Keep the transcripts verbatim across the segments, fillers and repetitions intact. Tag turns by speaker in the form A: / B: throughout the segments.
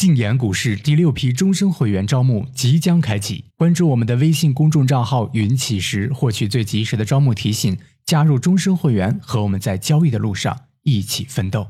A: 静言股市第六批终身会员招募即将开启，关注我们的微信公众账号云起时，获取最及时的招募提醒，加入终身会员，和我们在交易的路上一起奋斗。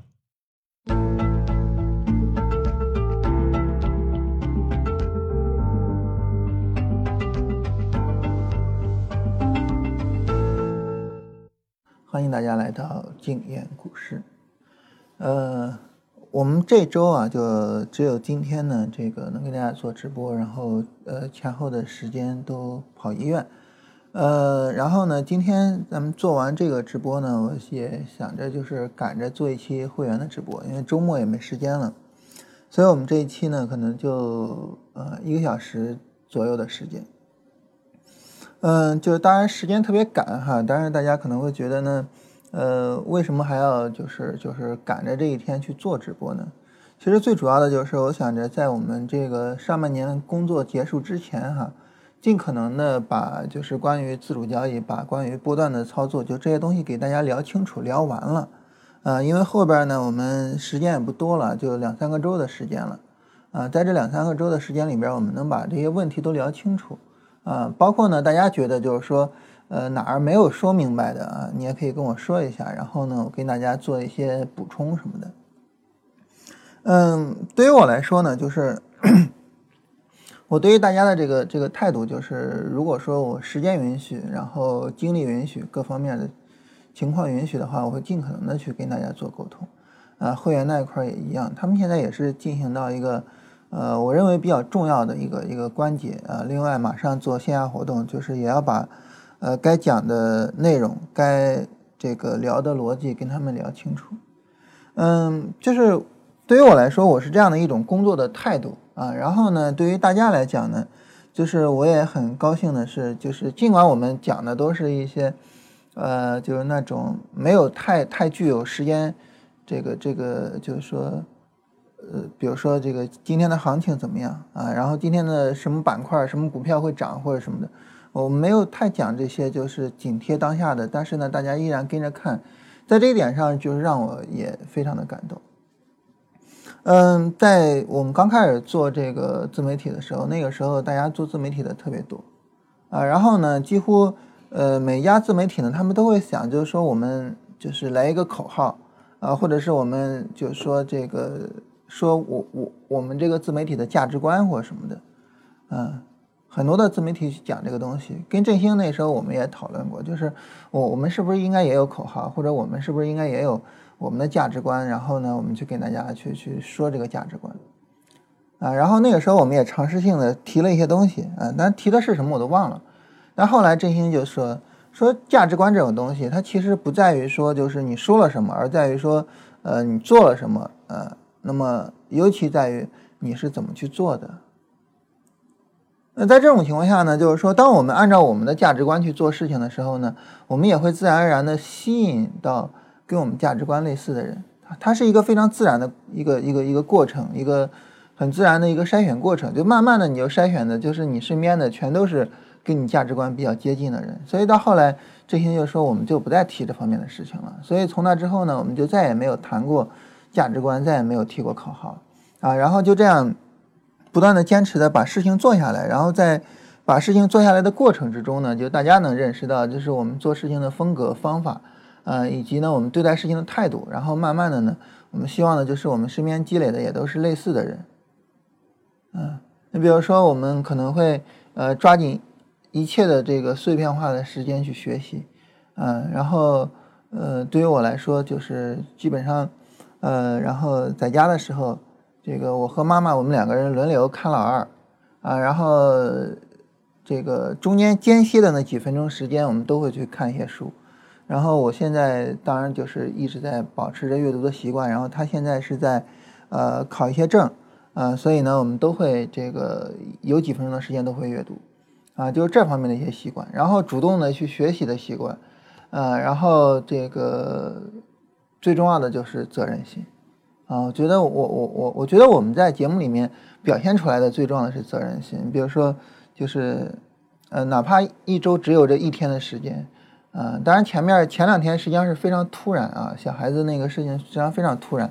B: 欢迎大家来到静言股市。呃，我们这周啊，就只有今天呢，这个能给大家做直播，然后呃前后的时间都跑医院。呃，然后呢，今天咱们做完这个直播呢，我也想着就是赶着做一期会员的直播，因为周末也没时间了，所以我们这一期呢，可能就呃一个小时左右的时间。嗯，就当然时间特别赶哈，当然大家可能会觉得呢，呃，为什么还要就是就是赶着这一天去做直播呢？其实最主要的就是我想着在我们这个上半年工作结束之前哈，尽可能的把就是关于自主交易，把关于波段的操作，就这些东西给大家聊清楚聊完了。呃，因为后边呢我们时间也不多了，就两三个周的时间了。啊、呃，在这两三个周的时间里边，我们能把这些问题都聊清楚。啊、呃，包括呢，大家觉得就是说，呃，哪儿没有说明白的啊，你也可以跟我说一下，然后呢，我给大家做一些补充什么的。嗯，对于我来说呢，就是我对于大家的这个这个态度，就是如果说我时间允许，然后精力允许，各方面的情况允许的话，我会尽可能的去跟大家做沟通。啊、呃，会员那一块也一样，他们现在也是进行到一个。呃，我认为比较重要的一个一个关节啊。另外，马上做线下活动，就是也要把呃该讲的内容、该这个聊的逻辑跟他们聊清楚。嗯，就是对于我来说，我是这样的一种工作的态度啊。然后呢，对于大家来讲呢，就是我也很高兴的是，就是尽管我们讲的都是一些呃，就是那种没有太太具有时间这个这个，就是说。呃，比如说这个今天的行情怎么样啊？然后今天的什么板块、什么股票会涨或者什么的，我没有太讲这些，就是紧贴当下的。但是呢，大家依然跟着看，在这一点上，就是让我也非常的感动。嗯，在我们刚开始做这个自媒体的时候，那个时候大家做自媒体的特别多啊。然后呢，几乎呃每一家自媒体呢，他们都会想，就是说我们就是来一个口号啊，或者是我们就说这个。说我我我们这个自媒体的价值观或什么的，嗯，很多的自媒体讲这个东西，跟振兴那时候我们也讨论过，就是我我们是不是应该也有口号，或者我们是不是应该也有我们的价值观，然后呢，我们去给大家去去说这个价值观，啊，然后那个时候我们也尝试性的提了一些东西，啊，但提的是什么我都忘了，但后来振兴就说说价值观这种东西，它其实不在于说就是你说了什么，而在于说呃你做了什么，呃。那么尤其在于你是怎么去做的。那在这种情况下呢，就是说当我们按照我们的价值观去做事情的时候呢，我们也会自然而然的吸引到跟我们价值观类似的人，它是一个非常自然的一个一个一个过程，一个很自然的一个筛选过程，就慢慢的你就筛选的就是你身边的全都是跟你价值观比较接近的人。所以到后来这些就说我们就不再提这方面的事情了，所以从那之后呢，我们就再也没有谈过价值观，再也没有提过口号啊，然后就这样不断的坚持的把事情做下来，然后在把事情做下来的过程之中呢，就大家能认识到就是我们做事情的风格方法，呃，以及呢我们对待事情的态度，然后慢慢的呢，我们希望的就是我们身边积累的也都是类似的人，嗯，你比如说我们可能会呃抓紧一切的这个碎片化的时间去学习，嗯，然后呃对于我来说就是基本上。呃，然后在家的时候，这个我和妈妈我们两个人轮流看老二，啊，然后这个中间间歇的那几分钟时间，我们都会去看一些书。然后我现在当然就是一直在保持着阅读的习惯，然后他现在是在呃考一些证，啊，所以呢，我们都会这个有几分钟的时间都会阅读，啊，就是这方面的一些习惯，然后主动的去学习的习惯，呃，然后这个。最重要的就是责任心啊！我觉得我我我我觉得我们在节目里面表现出来的最重要的是责任心。比如说，就是呃，哪怕一周只有这一天的时间，啊、呃，当然前面前两天实际上是非常突然啊，小孩子那个事情实际上非常突然，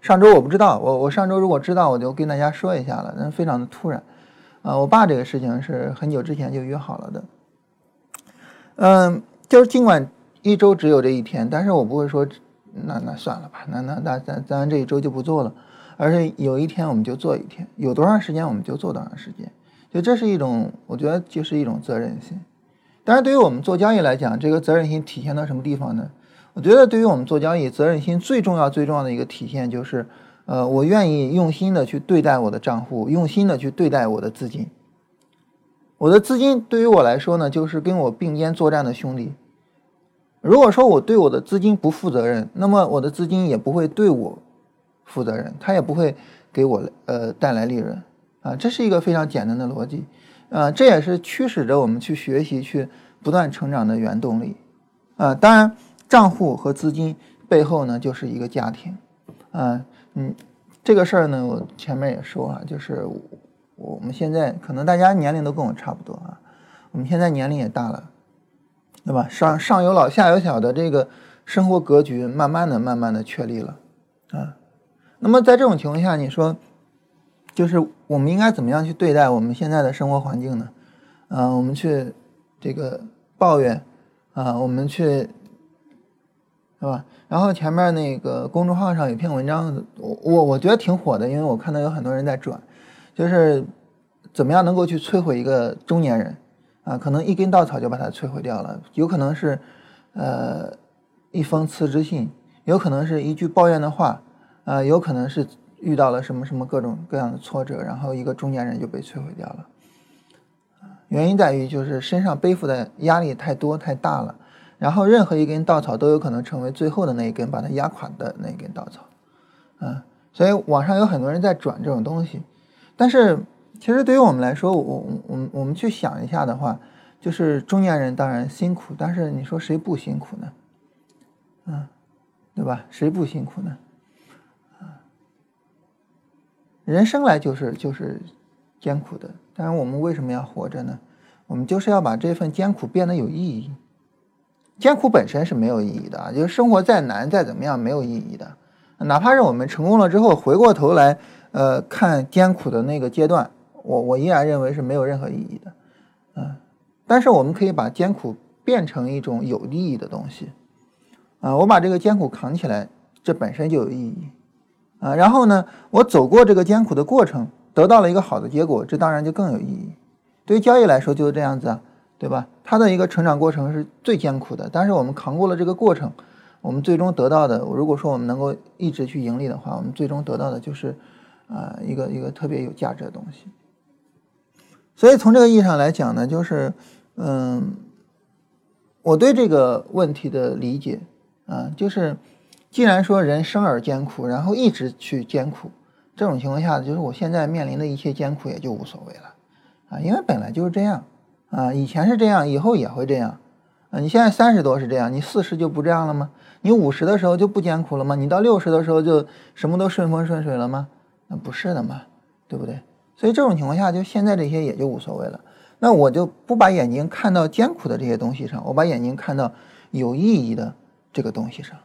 B: 上周我不知道，我我上周如果知道，我就跟大家说一下了，但非常的突然。啊，我爸这个事情是很久之前就约好了的。嗯，就是尽管一周只有这一天，但是我不会说，那那算了吧，那那那咱咱这一周就不做了，而是有一天我们就做一天，有多长时间我们就做多长时间，就这是一种，我觉得就是一种责任心。当然，对于我们做交易来讲，这个责任心体现到什么地方呢？我觉得对于我们做交易，责任心最重要、最重要的一个体现就是，呃，我愿意用心的去对待我的账户，用心的去对待我的资金。我的资金对于我来说呢，就是跟我并肩作战的兄弟。如果说我对我的资金不负责任，那么我的资金也不会对我负责任，它也不会给我呃带来利润啊，这是一个非常简单的逻辑。呃，这也是驱使着我们去学习、去不断成长的原动力。啊，当然，账户和资金背后呢，就是一个家庭。啊，嗯，这个事儿呢，我前面也说啊，就是我们现在可能大家年龄都跟我差不多啊，我们现在年龄也大了，对吧？上上有老下有小的这个生活格局，慢慢的、慢慢的确立了啊。那么在这种情况下，你说，就是我们应该怎么样去对待我们现在的生活环境呢？啊，我们去这个抱怨啊，我们去，是吧？然后前面那个公众号上有篇文章，我我我觉得挺火的，因为我看到有很多人在转，就是怎么样能够去摧毁一个中年人啊？可能一根稻草就把他摧毁掉了，有可能是呃一封辞职信，有可能是一句抱怨的话，啊，有可能是遇到了什么什么各种各样的挫折，然后一个中年人就被摧毁掉了。原因在于就是身上背负的压力太多太大了，然后任何一根稻草都有可能成为最后的那一根把它压垮的那一根稻草。嗯，所以网上有很多人在转这种东西，但是其实对于我们来说，我我我们去想一下的话，就是中年人当然辛苦，但是你说谁不辛苦呢？嗯，对吧？谁不辛苦呢？人生来就是就是艰苦的，当然我们为什么要活着呢？我们就是要把这份艰苦变得有意义。艰苦本身是没有意义的，就是生活再难再怎么样没有意义的，哪怕是我们成功了之后回过头来呃看艰苦的那个阶段，我我依然认为是没有任何意义的。嗯，但是我们可以把艰苦变成一种有意义的东西。啊，我把这个艰苦扛起来，这本身就有意义。啊，然后呢，我走过这个艰苦的过程，得到了一个好的结果，这当然就更有意义。对于交易来说就是这样子啊，对吧？它的一个成长过程是最艰苦的，但是我们扛过了这个过程，我们最终得到的，如果说我们能够一直去盈利的话，我们最终得到的就是啊、呃、一个一个特别有价值的东西。所以从这个意义上来讲呢，就是嗯，我对这个问题的理解啊，就是既然说人生而艰苦，然后一直去艰苦，这种情况下，就是我现在面临的一切艰苦也就无所谓了啊，因为本来就是这样啊，以前是这样，以后也会这样啊。你现在三十多是这样，你四十就不这样了吗？你五十的时候就不艰苦了吗？你到六十的时候就什么都顺风顺水了吗？那不是的嘛，对不对？所以这种情况下，就现在这些也就无所谓了。那我就不把眼睛看到艰苦的这些东西上，我把眼睛看到有意义的这个东西上。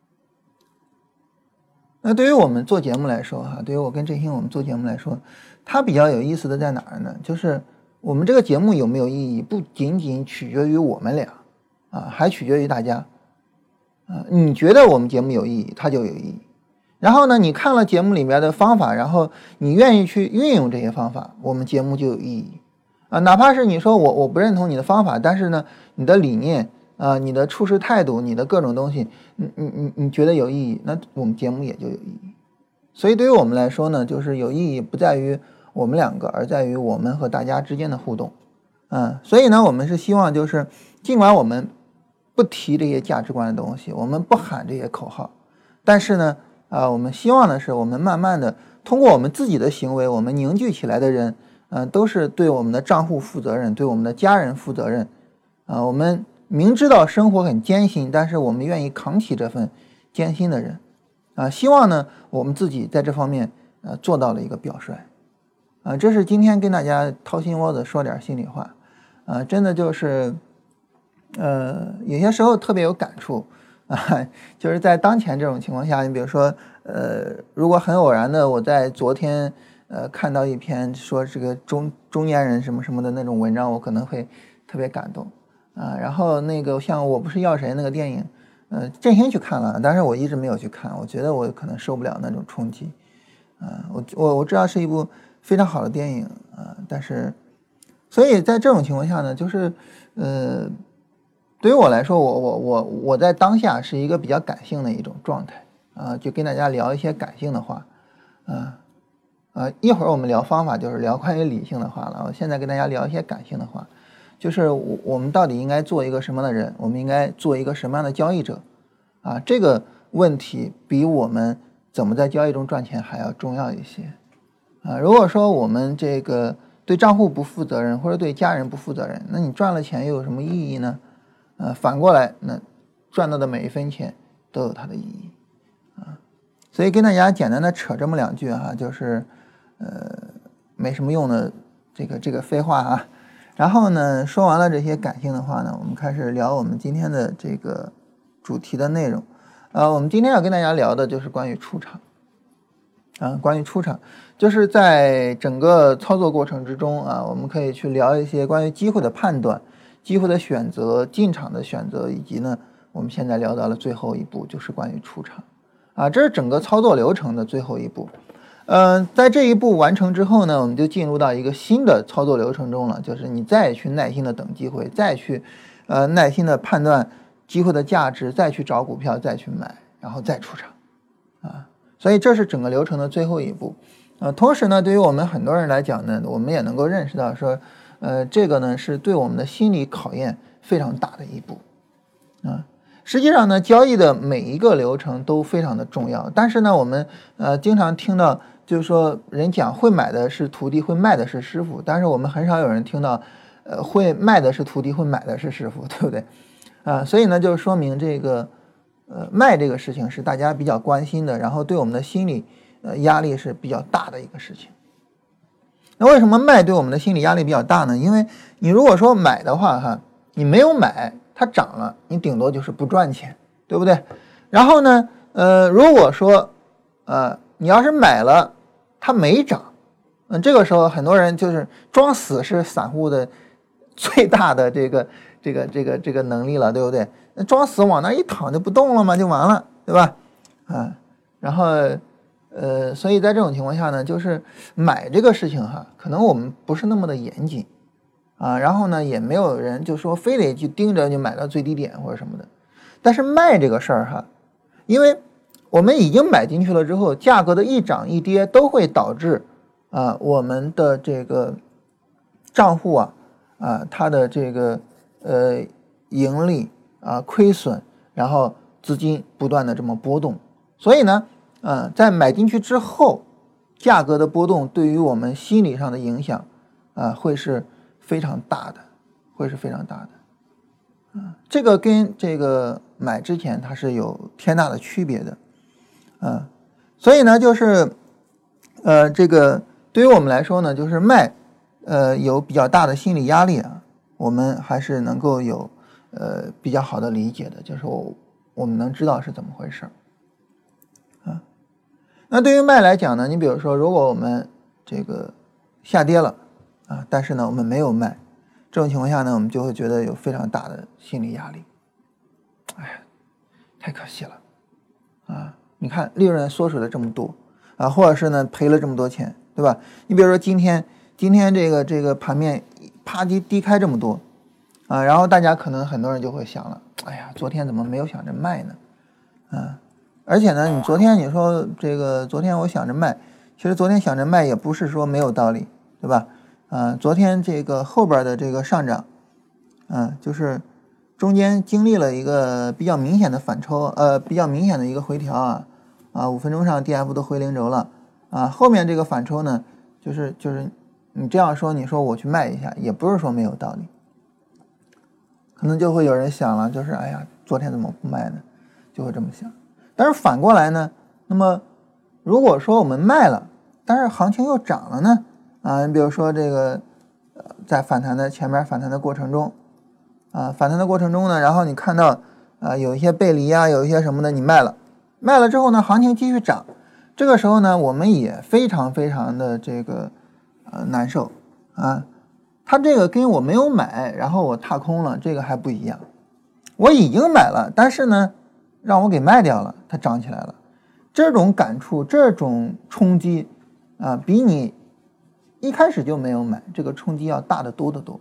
B: 那对于我们做节目来说哈，对于我跟振兴我们做节目来说，它比较有意思的在哪儿呢？就是我们这个节目有没有意义，不仅仅取决于我们俩啊，还取决于大家啊。你觉得我们节目有意义，它就有意义。然后呢，你看了节目里面的方法，然后你愿意去运用这些方法，我们节目就有意义啊。哪怕是你说我我不认同你的方法，但是呢，你的理念啊，你的处事态度，你的各种东西，你你你你觉得有意义，那我们节目也就有意义。所以对于我们来说呢，就是有意义不在于我们两个，而在于我们和大家之间的互动。嗯，所以呢，我们是希望就是尽管我们不提这些价值观的东西，我们不喊这些口号，但是呢，啊，我们希望的是我们慢慢的通过我们自己的行为，我们凝聚起来的人，嗯、呃，都是对我们的账户负责任，对我们的家人负责任。啊，我们明知道生活很艰辛，但是我们愿意扛起这份艰辛的人，啊，希望呢我们自己在这方面呃做到了一个表率，啊，这是今天跟大家掏心窝子说点心里话，啊，真的就是呃有些时候特别有感触啊，就是在当前这种情况下，你比如说呃，如果很偶然的我在昨天呃看到一篇说这个中中年人什么什么的那种文章，我可能会特别感动啊。然后那个像我不是药神那个电影，呃，振兴去看了，但是我一直没有去看，我觉得我可能受不了那种冲击啊。我我我知道是一部非常好的电影啊，但是所以在这种情况下呢，就是呃。对于我来说，我我我我在当下是一个比较感性的一种状态啊，就跟大家聊一些感性的话，啊啊，一会儿我们聊方法，就是聊关于理性的话了。我现在跟大家聊一些感性的话，就是我我们到底应该做一个什么样的人，我们应该做一个什么样的交易者啊？这个问题比我们怎么在交易中赚钱还要重要一些啊。如果说我们这个对账户不负责任，或者对家人不负责任，那你赚了钱又有什么意义呢？呃，反过来，那赚到的每一分钱都有它的意义啊，所以跟大家简单的扯这么两句哈，就是呃没什么用的这个这个废话啊。然后呢，说完了这些感性的话呢，我们开始聊我们今天的这个主题的内容。呃，我们今天要跟大家聊的就是关于出场啊，关于出场，就是在整个操作过程之中啊，我们可以去聊一些关于机会的判断。机会的选择、进场的选择，以及呢，我们现在聊到了最后一步，就是关于出场，啊，这是整个操作流程的最后一步。嗯、呃，在这一步完成之后呢，我们就进入到一个新的操作流程中了，就是你再去耐心的等机会，再去，呃，耐心的判断机会的价值，再去找股票，再去买，然后再出场，啊，所以这是整个流程的最后一步。呃，同时呢，对于我们很多人来讲呢，我们也能够认识到说。呃，这个呢是对我们的心理考验非常大的一步啊。实际上呢，交易的每一个流程都非常的重要，但是呢，我们呃经常听到就是说人讲会买的是徒弟，会卖的是师傅，但是我们很少有人听到呃会卖的是徒弟，会买的是师傅，对不对啊？所以呢，就说明这个呃卖这个事情是大家比较关心的，然后对我们的心理呃压力是比较大的一个事情。那为什么卖对我们的心理压力比较大呢？因为你如果说买的话哈，你没有买它涨了，你顶多就是不赚钱，对不对？然后呢呃如果说呃你要是买了它没涨，嗯，这个时候很多人就是装死是散户的最大的这个这个这个这个能力了，对不对？那装死往那一躺就不动了嘛，就完了，对吧？啊，然后呃，所以在这种情况下呢，就是买这个事情哈，可能我们不是那么的严谨啊，然后呢，也没有人就说非得去盯着就买到最低点或者什么的。但是卖这个事儿哈，因为我们已经买进去了之后，价格的一涨一跌都会导致啊我们的这个账户啊啊它的这个呃盈利啊亏损，然后资金不断的这么波动，所以呢。呃，在买进去之后，价格的波动对于我们心理上的影响，啊、呃，会是非常大的，会是非常大的，啊、呃，这个跟这个买之前它是有天大的区别的，啊、呃，所以呢，就是，呃，这个对于我们来说呢，就是卖，呃，有比较大的心理压力啊，我们还是能够有，呃，比较好的理解的，就是我我们能知道是怎么回事。那对于卖来讲呢，你比如说如果我们这个下跌了啊，但是呢我们没有卖，这种情况下呢我们就会觉得有非常大的心理压力，哎呀太可惜了啊，你看利润缩水了这么多啊，或者是呢赔了这么多钱，对吧？你比如说今天今天这个这个盘面啪低低开这么多啊，然后大家可能很多人就会想了，哎呀昨天怎么没有想着卖呢啊，而且呢，你昨天你说这个，昨天我想着卖，其实昨天想着卖也不是说没有道理，对吧？啊、呃，昨天这个后边的这个上涨，嗯、呃，就是中间经历了一个比较明显的反抽，呃，比较明显的一个回调啊，啊，五分钟上 D F 都回零轴了，啊，后面这个反抽呢，就是就是你这样说，你说我去卖一下，也不是说没有道理，可能就会有人想了，就是哎呀，昨天怎么不卖呢？就会这么想。但是反过来呢，那么如果说我们卖了，但是行情又涨了呢，啊，你比如说这个，呃，在反弹的前面反弹的过程中，啊，反弹的过程中呢，然后你看到啊有一些背离啊，有一些什么的你卖了， 卖了之后呢，行情继续涨，这个时候呢，我们也非常非常的这个呃难受啊。它这个跟我没有买，然后我踏空了，这个还不一样。我已经买了，但是呢，让我给卖掉了，它涨起来了。这种感触，这种冲击啊，比你一开始就没有买这个冲击要大得多得多。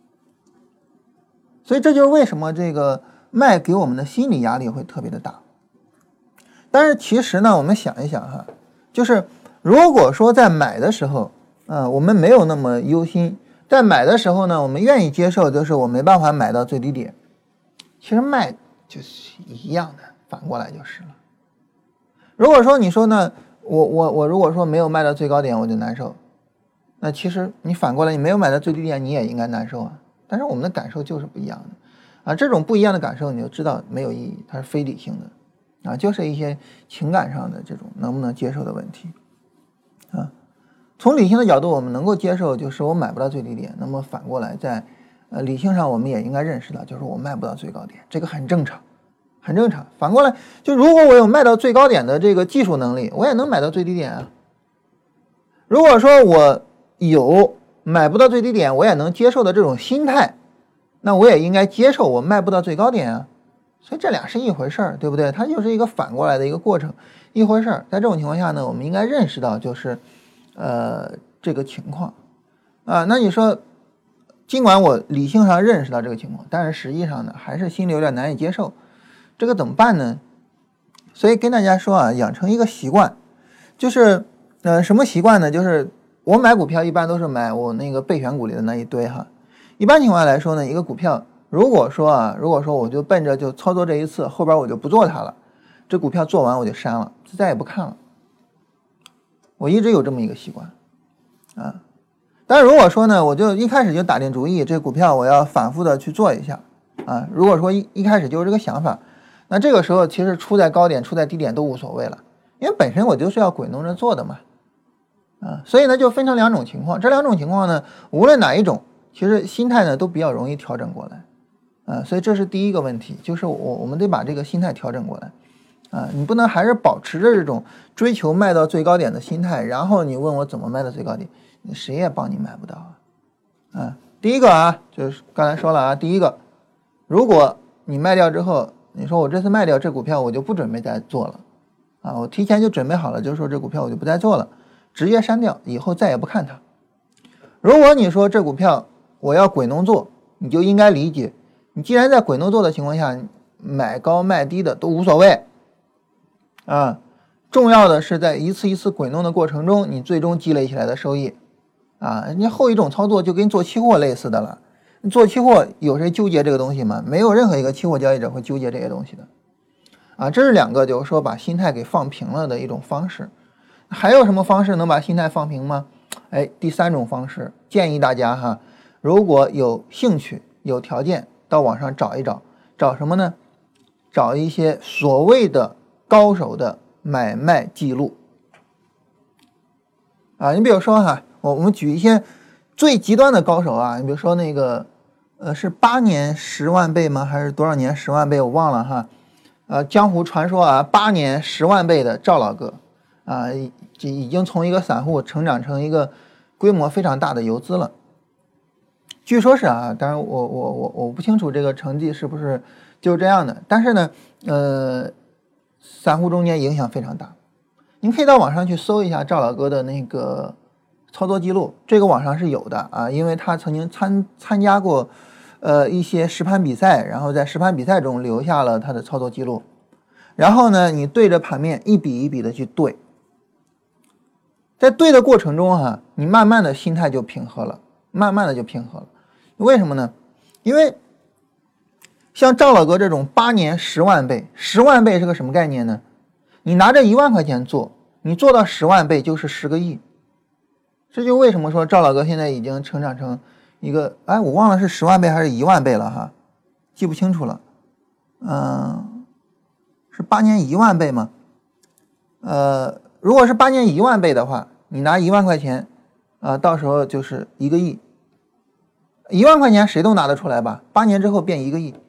B: 所以这就是为什么这个卖给我们的心理压力会特别的大。但是其实呢，我们想一想哈，就是如果说在买的时候，呃，我们没有那么忧心，在买的时候呢，我们愿意接受，就是我没办法买到最低点。其实卖就是一样的，反过来就是了。如果说你说呢，我我我如果说没有卖到最高点我就难受，那其实你反过来你没有买到最低点你也应该难受啊。但是我们的感受就是不一样的啊，这种不一样的感受你就知道没有意义，它是非理性的啊，就是一些情感上的这种能不能接受的问题啊。从理性的角度我们能够接受，就是我买不到最低点，那么反过来在呃理性上我们也应该认识到，就是我卖不到最高点，这个很正常很正常。反过来就如果我有卖到最高点的这个技术能力，我也能买到最低点啊。如果说我有买不到最低点我也能接受的这种心态，那我也应该接受我卖不到最高点啊。所以这俩是一回事儿，对不对？它就是一个反过来的一个过程，一回事儿。在这种情况下呢，我们应该认识到就是呃这个情况啊。那你说尽管我理性上认识到这个情况，但是实际上呢还是心里有点难以接受，这个怎么办呢？所以跟大家说啊，养成一个习惯，就是呃什么习惯呢？就是我买股票一般都是买我那个备选股里的那一堆哈。一般情况来说呢，一个股票如果说啊，如果说我就奔着就操作这一次，后边我就不做它了，这股票做完我就删了，再也不看了。我一直有这么一个习惯啊。但是如果说呢，我就一开始就打定主意，这股票我要反复的去做一下啊。如果说一一开始就是这个想法，那这个时候其实出在高点出在低点都无所谓了，因为本身我就是要滚动着做的嘛。啊，所以呢就分成两种情况，这两种情况呢，无论哪一种，其实心态呢都比较容易调整过来，啊，所以这是第一个问题，就是我我们得把这个心态调整过来，啊，你不能还是保持着这种追求卖到最高点的心态，然后你问我怎么卖到最高点，谁也帮你买不到啊，啊，第一个啊，就是刚才说了啊，第一个，如果你卖掉之后，你说我这次卖掉这股票我就不准备再做了，啊，我提前就准备好了，就是说这股票我就不再做了。直接删掉，以后再也不看它。如果你说这股票我要滚动做，你就应该理解，你既然在滚动做的情况下，买高卖低的都无所谓啊，重要的是在一次一次滚动的过程中，你最终积累起来的收益啊。你后一种操作就跟做期货类似的了，你做期货有谁纠结这个东西吗？没有任何一个期货交易者会纠结这些东西的啊。这是两个就是说把心态给放平了的一种方式。还有什么方式能把心态放平吗？哎，第三种方式，建议大家哈，如果有兴趣、有条件，到网上找一找，找什么呢？找一些所谓的高手的买卖记录啊。你比如说哈，我我们举一些最极端的高手啊，你比如说那个呃，是八年十万倍吗？还是多少年十万倍？我忘了哈。呃，江湖传说啊，八年十万倍的赵老哥。啊，这已经从一个散户成长成一个规模非常大的游资了。据说是啊，当然我我我我不清楚这个成绩是不是就是这样的，但是呢，呃，散户中间影响非常大。您可以到网上去搜一下赵老哥的那个操作记录，这个网上是有的啊，因为他曾经参参加过呃一些实盘比赛，然后在实盘比赛中留下了他的操作记录。然后呢，你对着盘面一笔一笔的去对。在对的过程中哈、啊，你慢慢的心态就平和了，慢慢的就平和了。为什么呢？因为像赵老哥这种八年十万倍，十万倍是个什么概念呢？你拿着一万块钱做，你做到十万倍就是十个亿。这就为什么说赵老哥现在已经成长成一个，哎，我忘了是十万倍还是一万倍了哈，记不清楚了。嗯，是八年一万倍吗？呃。如果是八年一万倍的话，你拿一万块钱，啊、呃，到时候就是一个亿。一万块钱谁都拿得出来吧？八年之后变一个亿，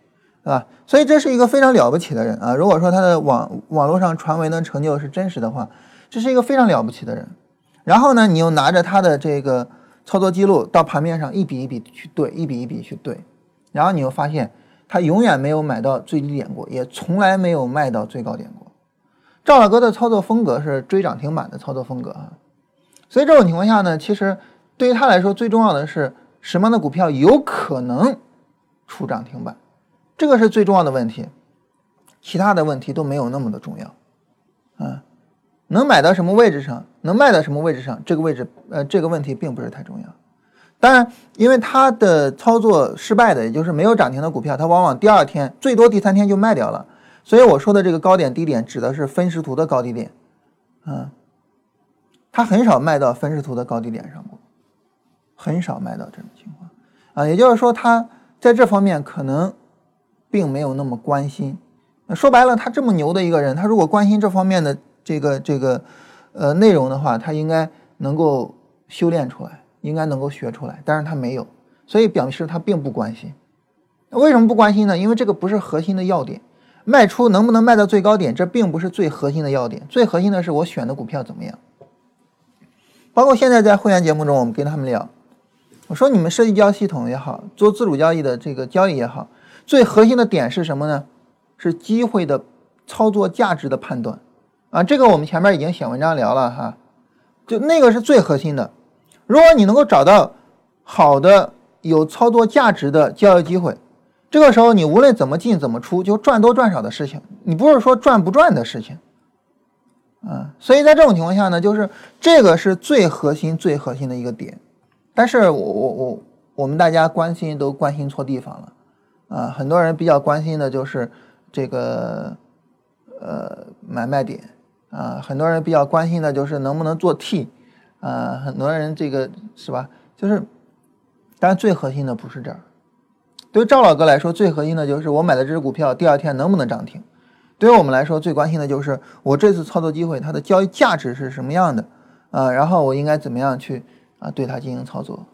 B: 对吧？所以这是一个非常了不起的人啊！如果说他的网网络上传闻的成就是真实的话，这是一个非常了不起的人。然后呢，你又拿着他的这个操作记录到盘面上一笔一笔去对，一笔一笔去对，然后你又发现他永远没有买到最低点过，也从来没有卖到最高点过。赵老哥的操作风格是追涨停板的操作风格啊，所以这种情况下呢，其实对于他来说最重要的是什么样的股票有可能出涨停板，这个是最重要的问题，其他的问题都没有那么的重要啊。能买到什么位置上，能卖到什么位置上，这个位置呃这个问题并不是太重要。当然，因为他的操作失败的，也就是没有涨停的股票，他往往第二天最多第三天就卖掉了。所以我说的这个高点低点指的是分时图的高低点，嗯，他很少卖到分时图的高低点上过，很少卖到这种情况啊，也就是说他在这方面可能并没有那么关心。说白了，他这么牛的一个人，他如果关心这方面的这个这个呃内容的话，他应该能够修炼出来，应该能够学出来，但是他没有，所以表示他并不关心。为什么不关心呢？因为这个不是核心的要点，卖出能不能卖到最高点，这并不是最核心的要点，最核心的是我选的股票怎么样。包括现在在会员节目中，我们跟他们聊，我说你们设计交易系统也好，做自主交易的这个交易也好，最核心的点是什么呢？是机会的操作价值的判断啊，这个我们前面已经写文章聊了哈，就那个是最核心的。如果你能够找到好的有操作价值的交易机会，这个时候你无论怎么进怎么出，就赚多赚少的事情，你不是说赚不赚的事情啊。所以在这种情况下呢，就是这个是最核心最核心的一个点。但是我我我我们大家关心都关心错地方了啊，很多人比较关心的就是这个呃买卖点啊，很多人比较关心的就是能不能做 T 啊，很多人这个是吧，就是当然最核心的不是这儿。对于赵老哥来说，最核心的就是我买的这只股票第二天能不能涨停。对于我们来说，最关心的就是我这次操作机会它的交易价值是什么样的啊，然后我应该怎么样去啊对它进行操作。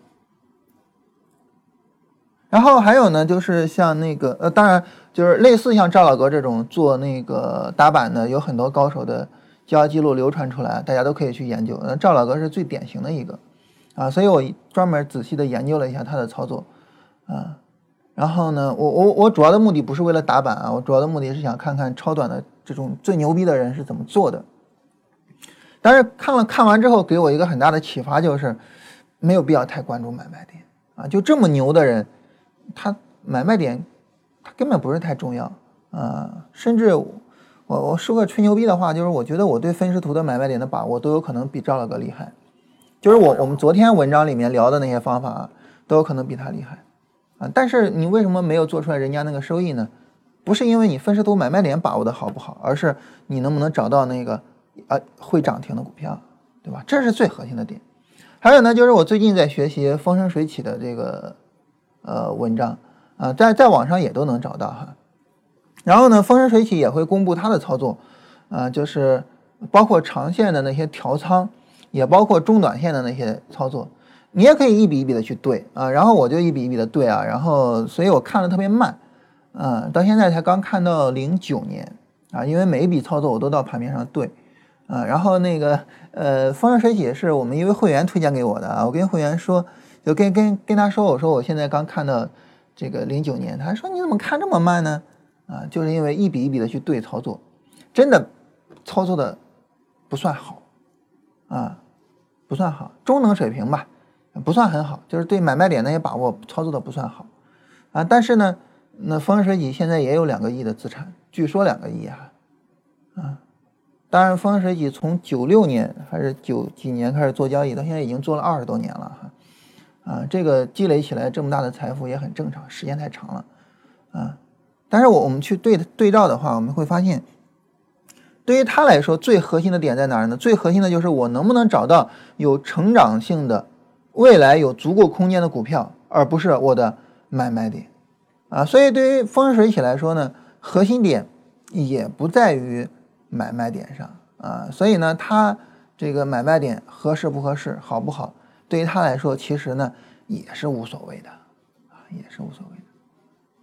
B: 然后还有呢，就是像那个呃，当然就是类似像赵老哥这种做那个打板的，有很多高手的交易记录流传出来，大家都可以去研究。呃，赵老哥是最典型的一个啊，所以我专门仔细的研究了一下他的操作啊。然后呢，我我我主要的目的不是为了打板啊，我主要的目的是想看看超短的这种最牛逼的人是怎么做的。但是看了看完之后，给我一个很大的启发，就是没有必要太关注买卖点啊，就这么牛的人。他买卖点他根本不是太重要啊，甚至我我说个吹牛逼的话，就是我觉得我对分时图的买卖点的把握都有可能比赵老哥厉害，就是我我们昨天文章里面聊的那些方法啊，都有可能比他厉害啊。但是你为什么没有做出来人家那个收益呢？不是因为你分时图买卖点把握的好不好，而是你能不能找到那个啊会涨停的股票，对吧？这是最核心的点。还有呢，就是我最近在学习风生水起的这个呃，文章啊，在在网上也都能找到哈。然后呢，风生水起也会公布他的操作，啊，就是包括长线的那些调仓，也包括中短线的那些操作，你也可以一笔一笔的去对啊。然后我就一笔一笔的对啊，然后所以我看的特别慢，啊，到现在才刚看到零九年啊，因为每一笔操作我都到盘面上对啊。然后那个呃，风生水起是我们一位会员推荐给我的啊，我跟会员说。就跟跟跟他说，我说我现在刚看到这个零九年，他说你怎么看这么慢呢？啊，就是因为一笔一笔的去对操作，真的操作的不算好啊，不算好，中等水平吧，不算很好，就是对买卖点那些把握操作的不算好啊。但是呢，那风生水起现在也有两个亿的资产，据说两个亿啊，啊，当然风生水起从九六年还是九几年开始做交易，到现在已经做了二十多年了哈。啊，这个积累起来这么大的财富也很正常，时间太长了啊。但是我我们去对对照的话，我们会发现，对于他来说，最核心的点在哪儿呢？最核心的就是我能不能找到有成长性的、未来有足够空间的股票，而不是我的买卖点啊。所以对于风生水起来说呢，核心点也不在于买卖点上啊。所以呢，他这个买卖点合适不合适，好不好？对于他来说，其实呢也是无所谓的啊，也是无所谓的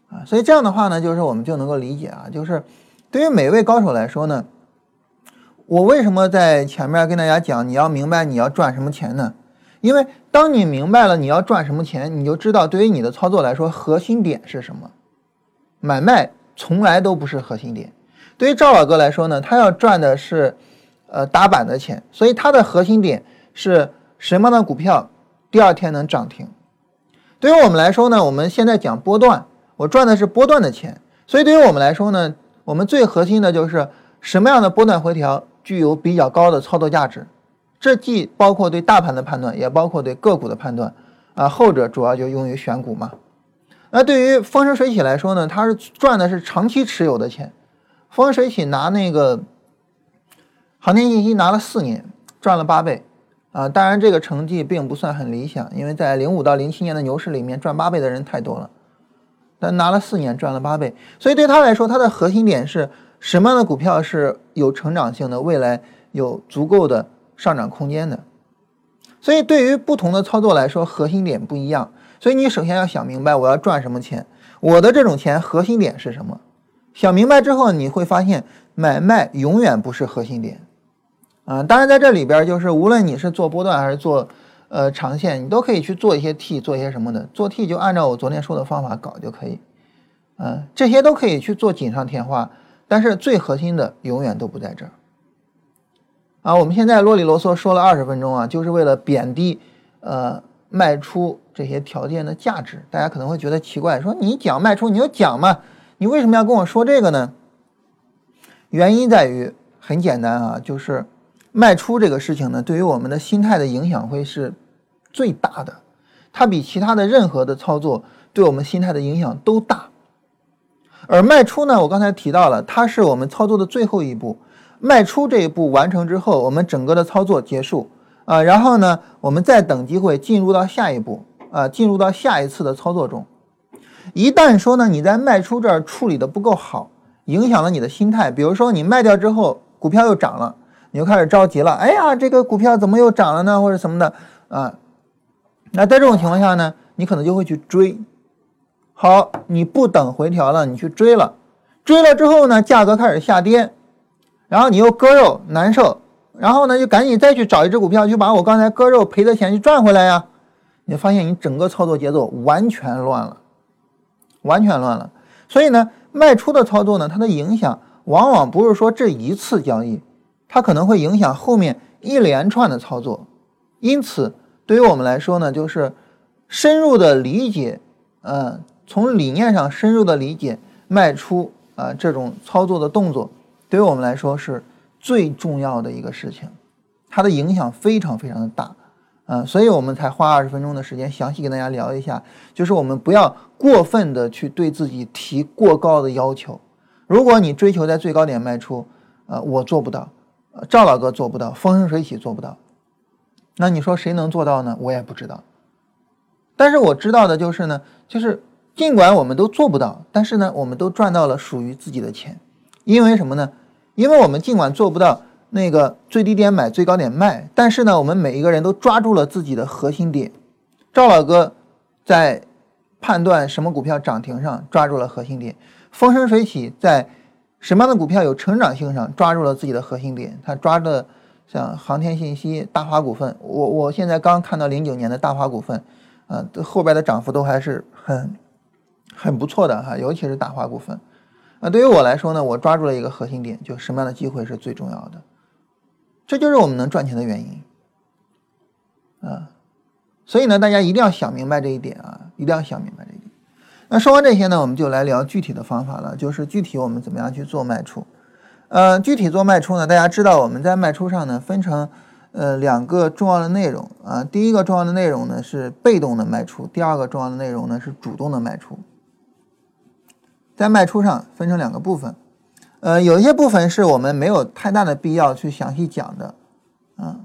B: 啊。所以这样的话呢，就是我们就能够理解啊，就是对于每一位高手来说呢，我为什么在前面跟大家讲你要明白你要赚什么钱呢？因为当你明白了你要赚什么钱，你就知道对于你的操作来说核心点是什么。买卖从来都不是核心点。对于赵老哥来说呢，他要赚的是呃打板的钱，所以他的核心点是什么样的股票第二天能涨停。对于我们来说呢，我们现在讲波段，我赚的是波段的钱，所以对于我们来说呢，我们最核心的就是什么样的波段回调具有比较高的操作价值。这既包括对大盘的判断，也包括对个股的判断啊，后者主要就用于选股嘛。那对于风生水起来说呢，他是赚的是长期持有的钱。风生水起拿那个航天信息拿了四年，赚了八倍啊！当然这个成绩并不算很理想，因为在零五到零七年的牛市里面赚八倍的人太多了，但拿了四年赚了八倍，所以对他来说，他的核心点是什么样的股票是有成长性的，未来有足够的上涨空间的。所以对于不同的操作来说，核心点不一样。所以你首先要想明白我要赚什么钱，我的这种钱核心点是什么。想明白之后，你会发现买卖永远不是核心点啊。当然在这里边，就是无论你是做波段还是做呃长线，你都可以去做一些 T， 做一些什么的。做 T 就按照我昨天说的方法搞就可以啊，这些都可以去做锦上添花，但是最核心的永远都不在这儿啊。我们现在啰里啰嗦说了二十分钟啊，就是为了贬低呃卖出这些条件的价值。大家可能会觉得奇怪，说你讲卖出你就讲嘛，你为什么要跟我说这个呢？原因在于很简单啊，就是卖出这个事情呢，对于我们的心态的影响会是最大的，它比其他的任何的操作对我们心态的影响都大。而卖出呢，我刚才提到了，它是我们操作的最后一步。卖出这一步完成之后，我们整个的操作结束啊，然后呢，我们再等机会进入到下一步啊，进入到下一次的操作中。一旦说呢，你在卖出这儿处理的不够好，影响了你的心态，比如说你卖掉之后股票又涨了，你就开始着急了，哎呀这个股票怎么又涨了呢，或者什么的啊。那在这种情况下呢，你可能就会去追。好，你不等回调了，你去追了，追了之后呢，价格开始下跌，然后你又割肉难受，然后呢就赶紧再去找一只股票去把我刚才割肉赔的钱去赚回来呀。你发现你整个操作节奏完全乱了，完全乱了。所以呢，卖出的操作呢，它的影响往往不是说这一次交易，它可能会影响后面一连串的操作。因此对于我们来说呢，就是深入的理解呃，从理念上深入的理解卖出啊、呃、这种操作的动作，对于我们来说是最重要的一个事情，它的影响非常非常的大。呃，所以我们才花二十分钟的时间详细跟大家聊一下，就是我们不要过分的去对自己提过高的要求。如果你追求在最高点卖出，呃，我做不到，呃，赵老哥做不到，风生水起做不到，那你说谁能做到呢？我也不知道。但是我知道的就是呢，就是尽管我们都做不到，但是呢，我们都赚到了属于自己的钱。因为什么呢？因为我们尽管做不到那个最低点买最高点卖，但是呢我们每一个人都抓住了自己的核心点。赵老哥在判断什么股票涨停上抓住了核心点，风生水起在什么样的股票有成长性上抓住了自己的核心点。他抓着像航天信息、大华股份，我我现在刚看到零九年的大华股份啊、呃，后边的涨幅都还是很很不错的哈，尤其是大华股份啊。对于我来说呢，我抓住了一个核心点，就什么样的机会是最重要的。这就是我们能赚钱的原因啊，所以呢，大家一定要想明白这一点啊，一定要想明白这一点。那说完这些呢，我们就来聊具体的方法了，就是具体我们怎么样去做卖出。呃，具体做卖出呢，大家知道我们在卖出上呢分成呃两个重要的内容啊。第一个重要的内容呢是被动的卖出，第二个重要的内容呢是主动的卖出。在卖出上分成两个部分。呃，有一些部分是我们没有太大的必要去详细讲的，啊。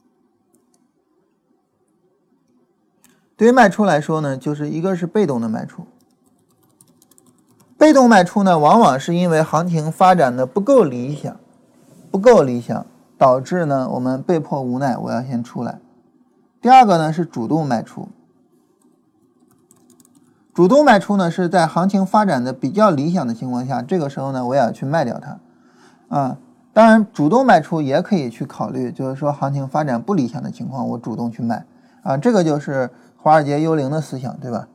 B: 对于卖出来说呢，就是一个是被动的卖出。被动卖出呢，往往是因为行情发展的不够理想，不够理想，导致呢我们被迫无奈，我要先出来。第二个呢是主动卖出。 主动卖出呢是在行情发展的比较理想的情况下，这个时候呢我也要去卖掉它啊。当然主动卖出也可以去考虑，就是说行情发展不理想的情况我主动去卖啊，这个就是华尔街幽灵的思想，对吧？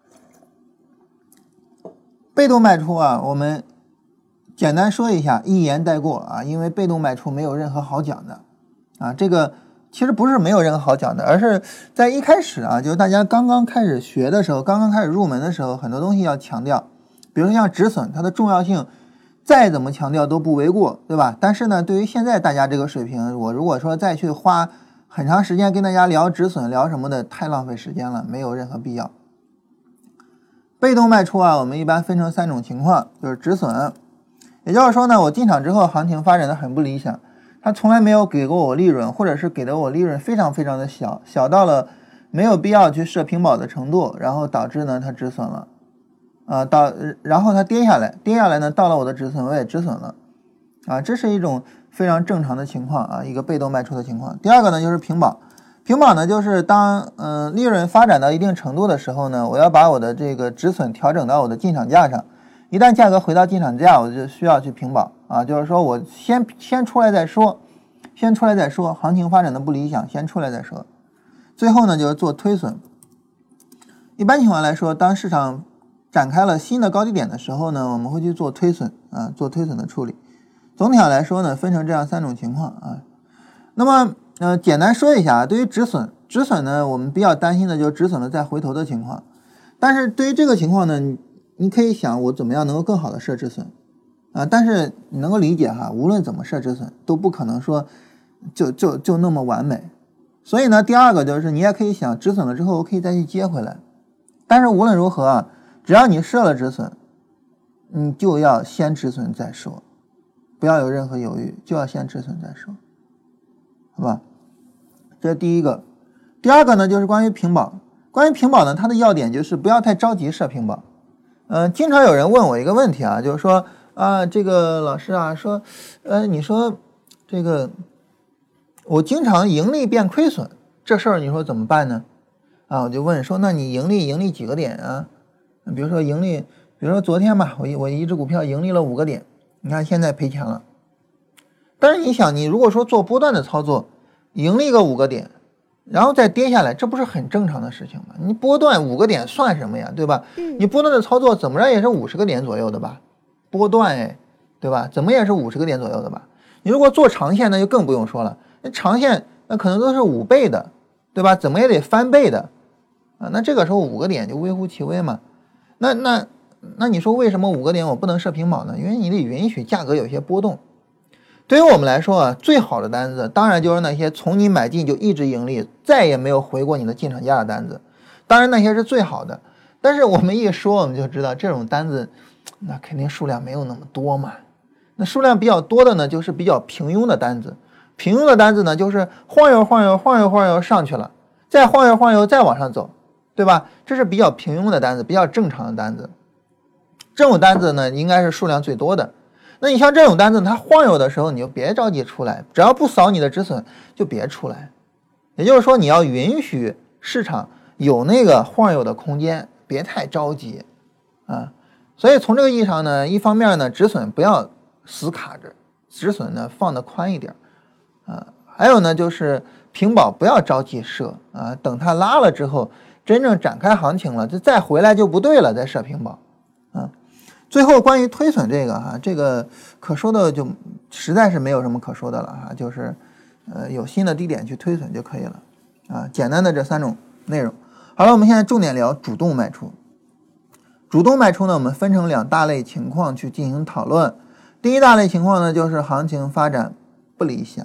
B: 被动卖出啊，我们简单说一下，一言带过啊，因为被动卖出没有任何好讲的啊，这个其实不是没有任何好讲的，而是在一开始啊，就是大家刚刚开始学的时候，刚刚开始入门的时候，很多东西要强调，比如说像止损，它的重要性再怎么强调都不为过，对吧？但是呢，对于现在大家这个水平，我如果说再去花很长时间跟大家聊止损，聊什么的，太浪费时间了，没有任何必要。被动卖出啊，我们一般分成三种情况，就是止损，也就是说呢，我进场之后行情发展的很不理想，它从来没有给过我利润，或者是给的我利润非常非常的小，小到了没有必要去设平保的程度，然后导致呢它止损了啊，到然后它跌下来，跌下来呢到了我的止损位，止损了啊，这是一种非常正常的情况啊，一个被动卖出的情况。第二个呢就是平保，平保呢就是当嗯、呃、利润发展到一定程度的时候呢，我要把我的这个止损调整到我的进场价上，一旦价格回到进场价，我就需要去平保啊，就是说我先先出来再说，先出来再说，行情发展的不理想，先出来再说。最后呢就是做推损。一般情况来说，当市场展开了新的高低点的时候呢，我们会去做推损啊，做推损的处理。总体上来说呢，分成这样三种情况啊。那么呃，简单说一下，对于止损，止损呢，我们比较担心的就是止损了再回头的情况。但是对于这个情况呢，你你可以想我怎么样能够更好的设止损啊？但是你能够理解哈，无论怎么设止损，都不可能说就就就那么完美。所以呢，第二个就是你也可以想，止损了之后我可以再去接回来。但是无论如何啊，只要你设了止损，你就要先止损再说，不要有任何犹豫，就要先止损再说，好吧？这是第一个。第二个呢，就是关于平保。关于平保呢，它的要点就是不要太着急设平保。嗯、呃，经常有人问我一个问题啊，就是说啊，这个老师啊，说，呃，你说这个我经常盈利变亏损，这事儿你说怎么办呢？啊，我就问说，那你盈利盈利几个点啊？比如说盈利，比如说昨天吧，我一我一只股票盈利了五个点，你看现在赔钱了。但是你想，你如果说做波段的操作，盈利个五个点，然后再跌下来，这不是很正常的事情吗？你波段五个点算什么呀，对吧？你波段的操作怎么着也是五十个点左右的吧？波段哎，对吧？怎么也是五十个点左右的吧？你如果做长线，那就更不用说了，那长线那可能都是五倍的，对吧？怎么也得翻倍的啊？那这个时候五个点就微乎其微嘛。那那那你说为什么五个点我不能设平保呢？因为你得允许价格有些波动。对于我们来说啊，最好的单子当然就是那些从你买进就一直盈利，再也没有回过你的进场价的单子，当然那些是最好的。但是我们一说我们就知道这种单子那肯定数量没有那么多嘛。那数量比较多的呢，就是比较平庸的单子。平庸的单子呢，就是晃悠晃悠晃悠晃悠上去了，再晃悠晃悠再往上走，对吧？这是比较平庸的单子，比较正常的单子。这种单子呢，应该是数量最多的。那你像这种单子，它晃悠的时候，你就别着急出来，只要不扫你的止损，就别出来。也就是说，你要允许市场有那个晃悠的空间，别太着急啊。所以从这个意义上呢，一方面呢，止损不要死卡着，止损呢放得宽一点啊。还有呢，就是平保不要着急设啊，等它拉了之后，真正展开行情了，就再回来就不对了，再设平保啊。最后关于推损这个哈、啊，这个可说的就实在是没有什么可说的了哈、啊，就是呃有新的低点去推损就可以了啊，简单的这三种内容。好了，我们现在重点聊主动卖出。主动卖出呢，我们分成两大类情况去进行讨论。第一大类情况呢，就是行情发展不理想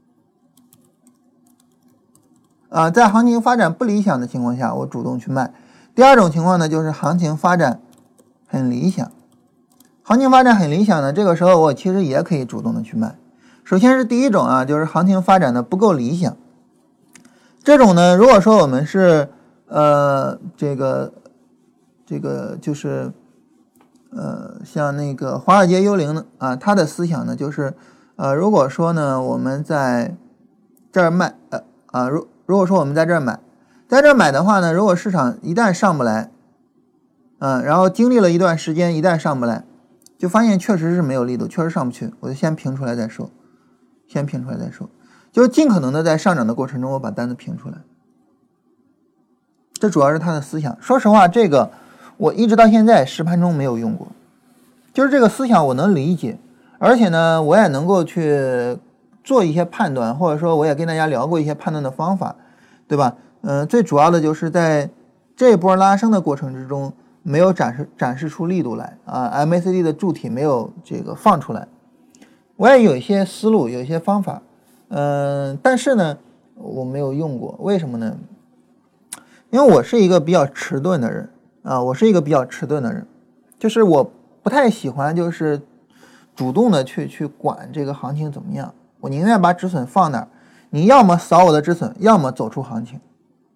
B: 啊，在行情发展不理想的情况下，我主动去卖。第二种情况呢，就是行情发展很理想。行情发展很理想呢，这个时候我其实也可以主动的去卖。首先是第一种啊，就是行情发展的不够理想。这种呢，如果说我们是呃这个这个就是呃像那个华尔街幽灵呢啊，他的思想呢就是呃如果说呢我们在这儿卖呃啊如如果说我们在这儿买，在这儿买的话呢，如果市场一旦上不来嗯，然后经历了一段时间，一旦上不来，就发现确实是没有力度，确实上不去，我就先平出来再说，先平出来再说，就是尽可能的在上涨的过程中，我把单子平出来。这主要是他的思想。说实话，这个我一直到现在实盘中没有用过，就是这个思想我能理解，而且呢，我也能够去做一些判断，或者说我也跟大家聊过一些判断的方法，对吧？嗯、呃，最主要的就是在这波拉升的过程之中，没有展示展示出力度来啊 ，M A C D 的柱体没有这个放出来。我也有一些思路，有一些方法，嗯、呃，但是呢，我没有用过，为什么呢？因为我是一个比较迟钝的人啊，我是一个比较迟钝的人，就是我不太喜欢就是主动的去去管这个行情怎么样，我宁愿把止损放那儿，你要么扫我的止损，要么走出行情。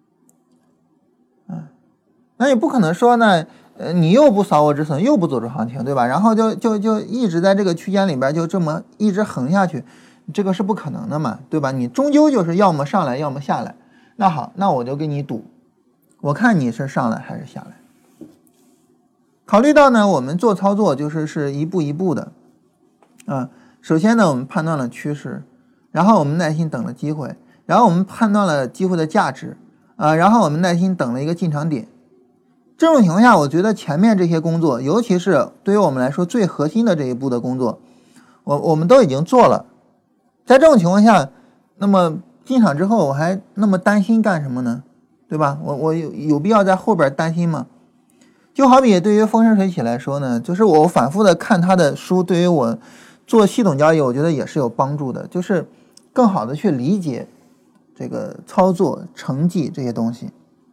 B: 嗯，那你不可能说呢，呃，你又不扫我止损，又不走出行情，对吧？然后就就就一直在这个区间里边就这么一直横下去，这个是不可能的嘛，对吧？你终究就是要么上来，要么下来。那好，那我就跟你赌，我看你是上来还是下来。考虑到呢，我们做操作就是是一步一步的，啊，首先呢，我们判断了趋势，然后我们耐心等了机会，然后我们判断了机会的价值，啊，然后我们耐心等了一个进场点。这种情况下，我觉得前面这些工作，尤其是对于我们来说最核心的这一步的工作，我我们都已经做了。在这种情况下，那么进场之后我还那么担心干什么呢？对吧？我我有有必要在后边担心吗？就好比对于风生水起来说呢，就是我反复的看他的书，对于我做系统交易，我觉得也是有帮助的，就是更好的去理解这个操作、成绩这些东西。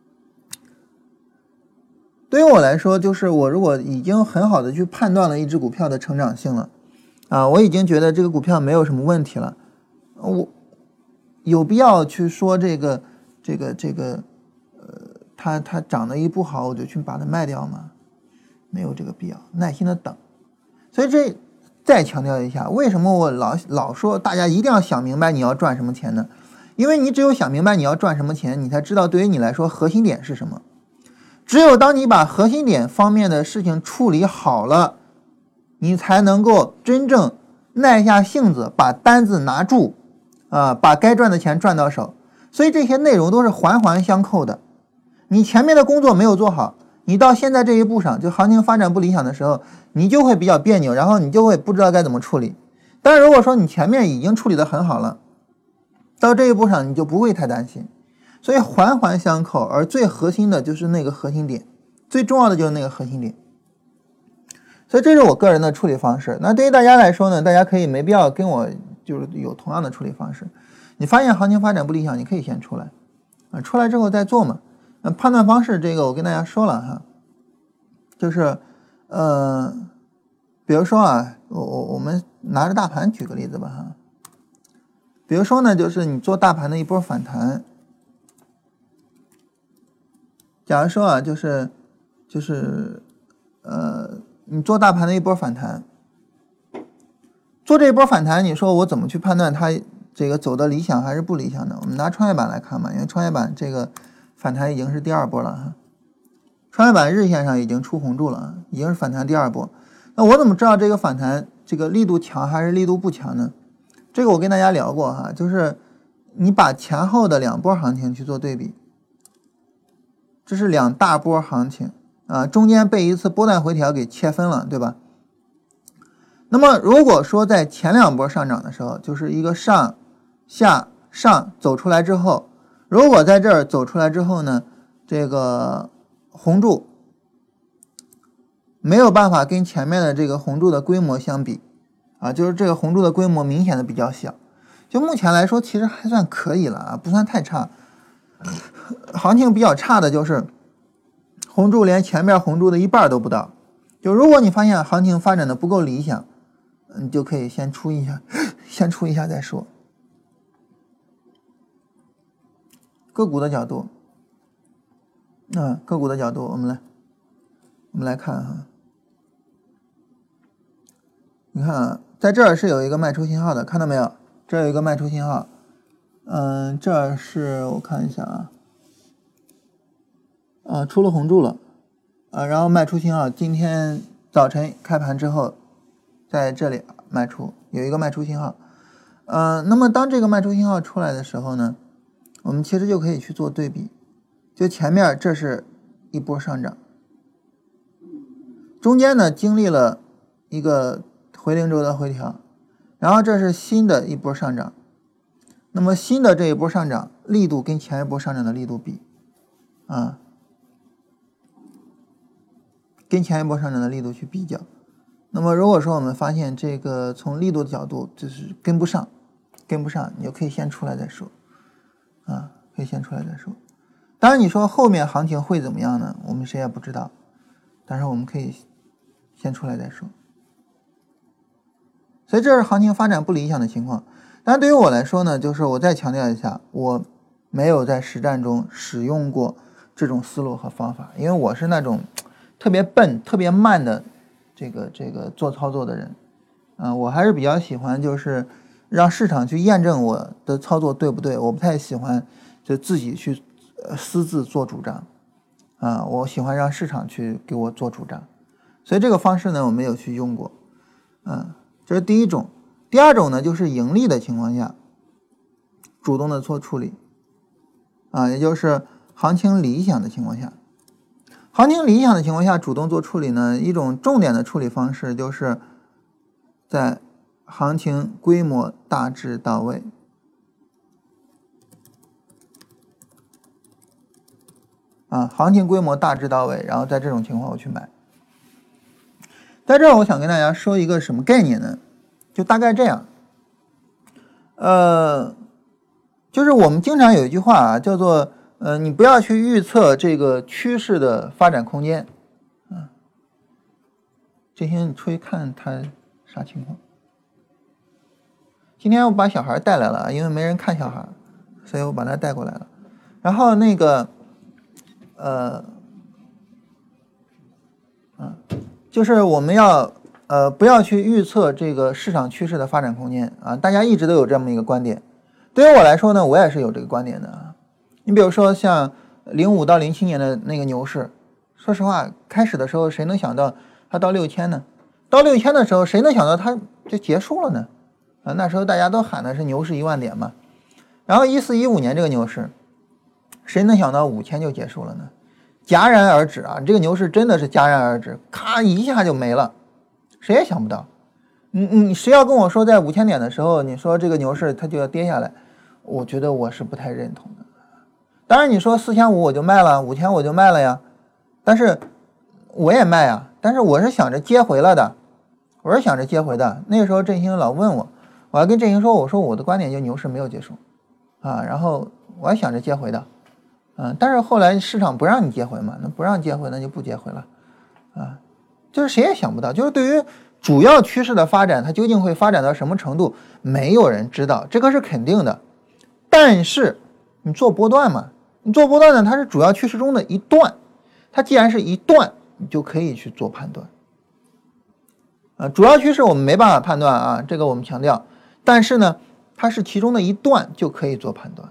B: 对于我来说，就是我如果已经很好的去判断了一只股票的成长性了，啊，我已经觉得这个股票没有什么问题了，我有必要去说这个这个这个呃，它它涨得一不好，我就去把它卖掉吗？没有这个必要，耐心的等。所以这再强调一下，为什么我老老说大家一定要想明白你要赚什么钱呢？因为你只有想明白你要赚什么钱，你才知道对于你来说核心点是什么。只有当你把核心点方面的事情处理好了，你才能够真正耐下性子把单子拿住啊，把该赚的钱赚到手。所以这些内容都是环环相扣的。你前面的工作没有做好，你到现在这一步上，就行情发展不理想的时候，你就会比较别扭，然后你就会不知道该怎么处理。但是如果说你前面已经处理得很好了，到这一步上你就不会太担心。所以环环相扣，而最核心的就是那个核心点，最重要的就是那个核心点。所以这是我个人的处理方式。那对于大家来说呢，大家可以没必要跟我就是有同样的处理方式。你发现行情发展不理想，你可以先出来啊，出来之后再做嘛。那判断方式这个我跟大家说了哈，就是呃，比如说啊，我我我们拿着大盘举个例子吧哈。比如说呢，就是你做大盘的一波反弹。假如说啊，就是就是呃，你做大盘的一波反弹，做这一波反弹，你说我怎么去判断它这个走的理想还是不理想的？我们拿创业板来看嘛，因为创业板这个反弹已经是第二波了哈，创业板日线上已经出红柱了，已经是反弹第二波。那我怎么知道这个反弹这个力度强还是力度不强呢？这个我跟大家聊过哈，就是你把前后的两波行情去做对比。这是两大波行情啊，中间被一次波段回调给切分了，对吧？那么如果说在前两波上涨的时候，就是一个上下上走出来之后，如果在这儿走出来之后呢，这个红柱没有办法跟前面的这个红柱的规模相比啊，就是这个红柱的规模明显的比较小，就目前来说其实还算可以了啊，不算太差。行情比较差的就是红柱连前面红柱的一半都不到，就如果你发现行情发展的不够理想，你就可以先出一下，先出一下再说。个股的角度，啊，个股的角度，我们来，我们来看哈，你看啊，在这儿是有一个卖出信号的，看到没有？这儿有一个卖出信号，嗯，这是我看一下啊。啊，出了红柱了， 呃，然后卖出信号，今天早晨开盘之后，在这里卖出，有一个卖出信号。呃，那么当这个卖出信号出来的时候呢，我们其实就可以去做对比，就前面这是一波上涨，中间呢经历了一个回零轴的回调，然后这是新的一波上涨。那么新的这一波上涨力度跟前一波上涨的力度比啊，跟前一波上涨的力度去比较。那么如果说我们发现这个从力度的角度就是跟不上，跟不上，你就可以先出来再说啊，可以先出来再说。当然你说后面行情会怎么样呢？我们谁也不知道，但是我们可以先出来再说。所以这是行情发展不理想的情况。但对于我来说呢，就是我再强调一下，我没有在实战中使用过这种思路和方法，因为我是那种特别笨、特别慢的这个这个做操作的人，啊、呃，我还是比较喜欢就是让市场去验证我的操作对不对，我不太喜欢就自己去呃私自做主张，啊、呃，我喜欢让市场去给我做主张，所以这个方式呢我没有去用过，嗯、呃，这是第一种。第二种呢，就是盈利的情况下，主动的做处理，啊，也就是行情理想的情况下，行情理想的情况下主动做处理呢，一种重点的处理方式就是在行情规模大致到位，啊，行情规模大致到位，然后在这种情况我去买。在这儿我想跟大家说一个什么概念呢？就大概这样，呃，就是我们经常有一句话啊，叫做呃，你不要去预测这个趋势的发展空间，啊，这些你出去看它啥情况。今天我把小孩带来了，因为没人看小孩，所以我把他带过来了。然后那个，呃，啊，就是我们要。呃，不要去预测这个市场趋势的发展空间啊！大家一直都有这么一个观点，对于我来说呢，我也是有这个观点的啊。你比如说像零五到零七年的那个牛市，说实话，开始的时候谁能想到它到六千呢？到六千的时候，谁能想到它就结束了呢？啊，那时候大家都喊的是牛市一万点嘛。然后一四一五年这个牛市，谁能想到五千就结束了呢？戛然而止啊！这个牛市真的是戛然而止，咔一下就没了。谁也想不到，你你谁要跟我说在五千点的时候，你说这个牛市它就要跌下来，我觉得我是不太认同的。当然你说四千五我就卖了，五千我就卖了呀，但是我也卖啊，但是我是想着接回来的，我是想着接回的。那个时候振兴老问我，我还跟振兴说，我说我的观点就牛市没有结束啊，然后我还想着接回的，嗯、啊，但是后来市场不让你接回嘛，那不让接回那就不接回了，啊。就是谁也想不到，就是对于主要趋势的发展，它究竟会发展到什么程度，没有人知道，这个是肯定的。但是你做波段嘛，你做波段呢，它是主要趋势中的一段，它既然是一段，你就可以去做判断。啊，主要趋势我们没办法判断啊，这个我们强调。但是呢，它是其中的一段，就可以做判断。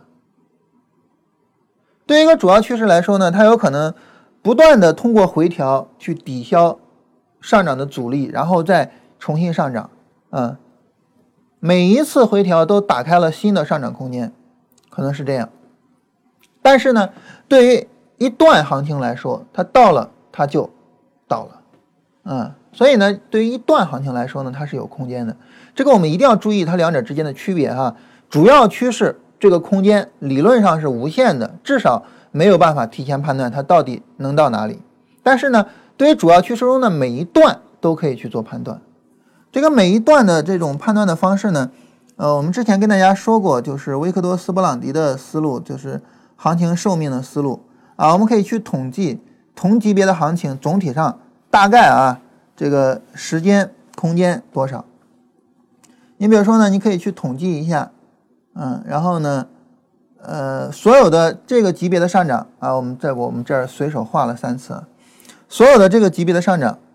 B: 对于一个主要趋势来说呢，它有可能不断的通过回调去抵消上涨的阻力，然后再重新上涨，嗯，每一次回调都打开了新的上涨空间，可能是这样。但是呢，对于一段行情来说，它到了它就到了，嗯，所以呢，对于一段行情来说呢，它是有空间的。这个我们一定要注意它两者之间的区别哈。主要趋势这个空间理论上是无限的，至少没有办法提前判断它到底能到哪里。但是呢，对于主要趋势中的每一段都可以去做判断。这个每一段的这种判断的方式呢，呃，我们之前跟大家说过，就是维克多·斯波朗迪的思路，就是行情寿命的思路啊。我们可以去统计同级别的行情总体上大概啊这个时间空间多少。你比如说呢，你可以去统计一下，嗯，然后呢，呃，所有的这个级别的上涨啊，我们在我们这儿随手画了三次。所有的这个级别的上涨，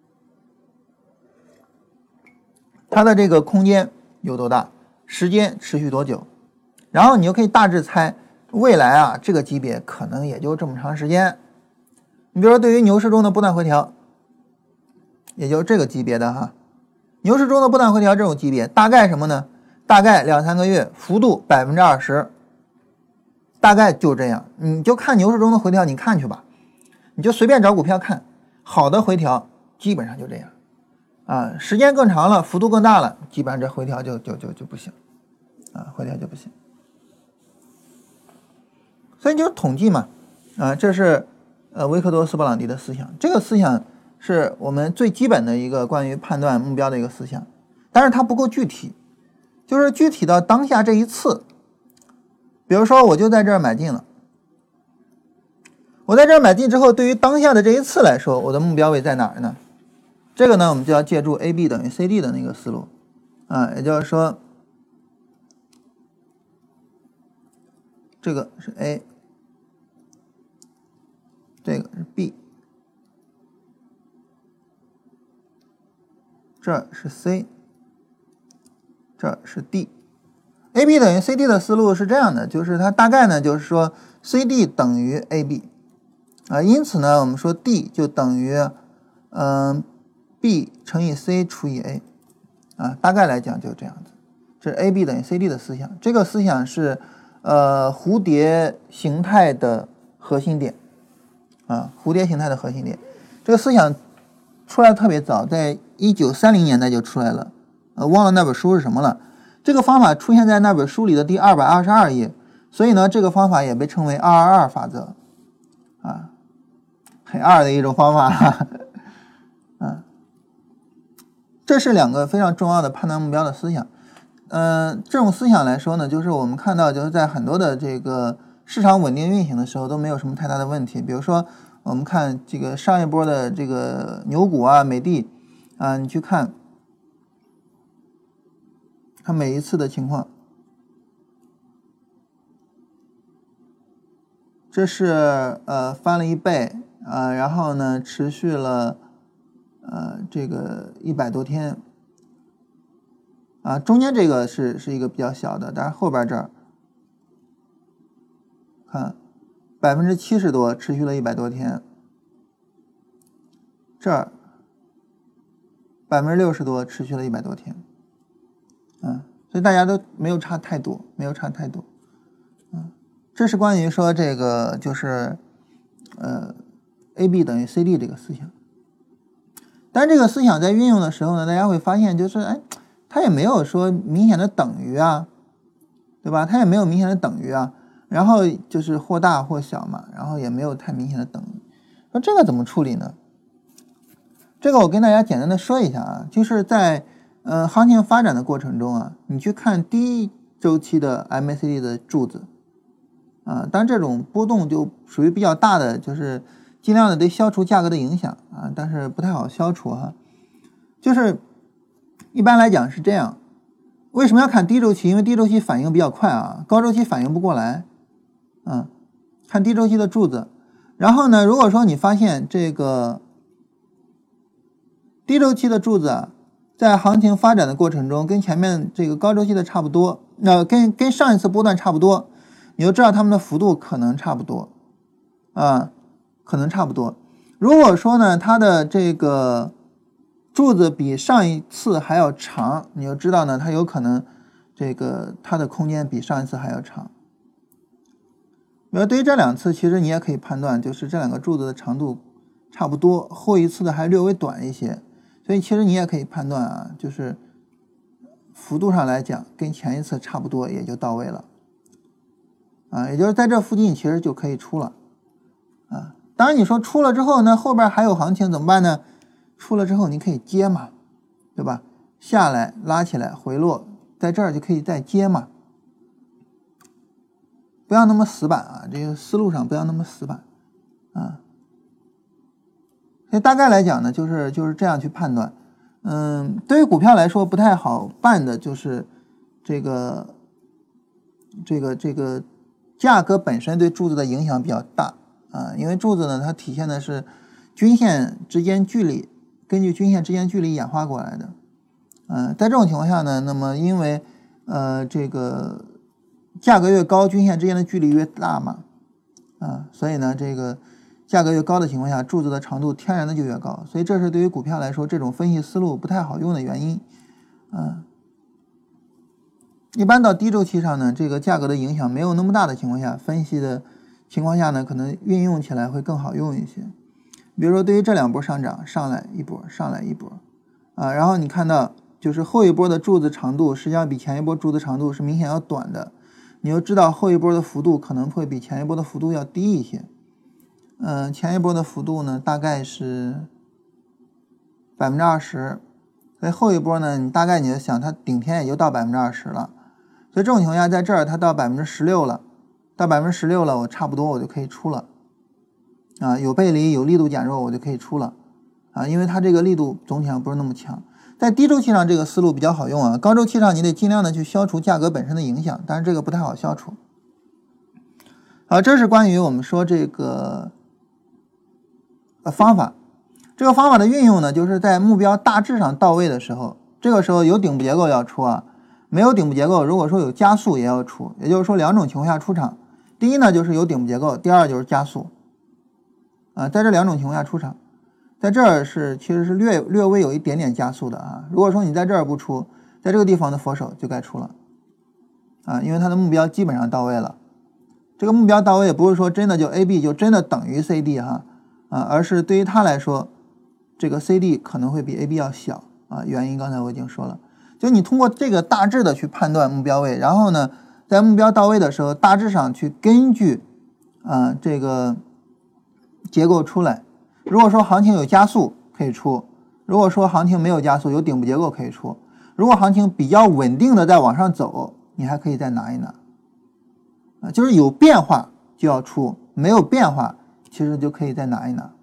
B: 它的这个空间有多大，时间持续多久，然后你就可以大致猜未来啊这个级别可能也就这么长时间。 你比如说对于牛市中的波段回调，也就是这个级别的哈，牛市中的波段回调这种级别，大概什么呢？大概两三个月，幅度百分之二十，大概就这样。你就看牛市中的回调，你看去吧，你就随便找股票看，好的回调基本上就这样啊，时间更长了，幅度更大了，基本上这回调就就就就不行啊，回调就不行。所以就是统计嘛，啊，这是呃维克多·斯布朗迪的思想，这个思想是我们最基本的一个关于判断目标的一个思想，但是它不够具体，就是具体到当下这一次。比如说我就在这儿买进了，我在这儿买进之后，对于当下的这一次来说，我的目标位在哪儿呢？这个呢，我们就要借助 A B 等于 C D 的那个思路啊，也就是说这个是 A， 这个是 B， 这是 C， 这是 D。A B 等于 C D 的思路是这样的，就是它大概呢就是说 C D 等于 A B 啊，因此呢我们说 D 就等于嗯、呃、B 乘以 C 除以 A 啊，大概来讲就这样子。这是 A B 等于 C D 的思想，这个思想是呃蝴蝶形态的核心点啊，蝴蝶形态的核心点。这个思想出来特别早，在一九三零年代就出来了，呃忘了那本书是什么了。这个方法出现在那本书里的第二百二十二页，所以呢，这个方法也被称为二二二法则，啊，很二的一种方法，哈哈啊，这是两个非常重要的判断目标的思想。嗯、呃，这种思想来说呢，就是我们看到，就是在很多的这个市场稳定运行的时候都没有什么太大的问题。比如说，我们看这个上一波的这个牛股啊、美的啊，你去看。它每一次的情况，这是呃翻了一倍啊、呃，然后呢持续了呃这个一百多天啊，中间这个是是一个比较小的，但是后边这儿看百分之七十多持续了一百多天，这儿百分之六十多持续了一百多天。嗯，所以大家都没有差太多，没有差太多。嗯，这是关于说这个就是呃 A B 等于 C D 这个思想。但这个思想在运用的时候呢，大家会发现就是哎，它也没有说明显的等于啊，对吧？它也没有明显的等于啊，然后就是或大或小嘛，然后也没有太明显的等于。那这个怎么处理呢？这个我跟大家简单的说一下啊，就是在呃，行情发展的过程中啊，你去看第一周期的 M A C D 的柱子啊，当然这种波动就属于比较大的，就是尽量的得消除价格的影响啊，但是不太好消除哈。就是一般来讲是这样，为什么要看低周期？因为低周期反应比较快啊，高周期反应不过来。嗯，看低周期的柱子，然后呢，如果说你发现这个低周期的柱子啊，在行情发展的过程中，跟前面这个高周期的差不多，那、呃、跟跟上一次波段差不多，你就知道它们的幅度可能差不多，啊，可能差不多。如果说呢，它的这个柱子比上一次还要长，你就知道呢，它有可能这个它的空间比上一次还要长。那对于这两次，其实你也可以判断，就是这两个柱子的长度差不多，后一次的还略微短一些。所以其实你也可以判断啊，就是幅度上来讲跟前一次差不多，也就到位了啊，也就是在这附近其实就可以出了啊。当然你说出了之后呢，后边还有行情怎么办呢？出了之后你可以接嘛，对吧？下来拉起来回落，在这儿就可以再接嘛，不要那么死板啊，这个思路上不要那么死板啊。所以大概来讲呢，就是就是这样去判断。嗯，对于股票来说不太好办的就是这个这个这个价格本身对柱子的影响比较大啊，因为柱子呢它体现的是均线之间距离，根据均线之间距离演化过来的。嗯，在这种情况下呢，那么因为呃这个价格越高，均线之间的距离越大嘛，啊，所以呢这个价格越高的情况下，柱子的长度天然的就越高，所以这是对于股票来说这种分析思路不太好用的原因。嗯，一般到低周期上呢，这个价格的影响没有那么大的情况下，分析的情况下呢，可能运用起来会更好用一些。比如说对于这两波上涨，上来一波，上来一波，啊，然后你看到就是后一波的柱子长度实际上比前一波柱子长度是明显要短的，你就知道后一波的幅度可能会比前一波的幅度要低一些。嗯、呃，前一波的幅度呢大概是百分之二十，所以后一波呢，你大概你就想它顶天也就到百分之二十了，所以这种情况下，在这儿它到百分之十六了，到百分之十六了，我差不多我就可以出了，啊，有背离有力度减弱我就可以出了，啊，因为它这个力度总体上不是那么强。在低周期上这个思路比较好用啊，高周期上你得尽量的去消除价格本身的影响，但是这个不太好消除。好，这是关于我们说这个呃方法。这个方法的运用呢，就是在目标大致上到位的时候，这个时候有顶部结构要出啊，没有顶部结构，如果说有加速也要出，也就是说两种情况下出场。第一呢就是有顶部结构，第二就是加速啊，在这两种情况下出场。在这儿是其实是略略微有一点点加速的啊，如果说你在这儿不出，在这个地方的佛手就该出了啊，因为它的目标基本上到位了。这个目标到位不是说真的就 A B 就真的等于 C D 哈啊，而是对于它来说，这个 C D 可能会比 A B 要小啊，原因刚才我已经说了，就你通过这个大致的去判断目标位，然后呢，在目标到位的时候，大致上去根据啊这个结构出来。如果说行情有加速可以出，如果说行情没有加速有顶部结构可以出，如果行情比较稳定的在往上走，你还可以再拿一拿啊，就是有变化就要出，没有变化其实就可以再拿一拿。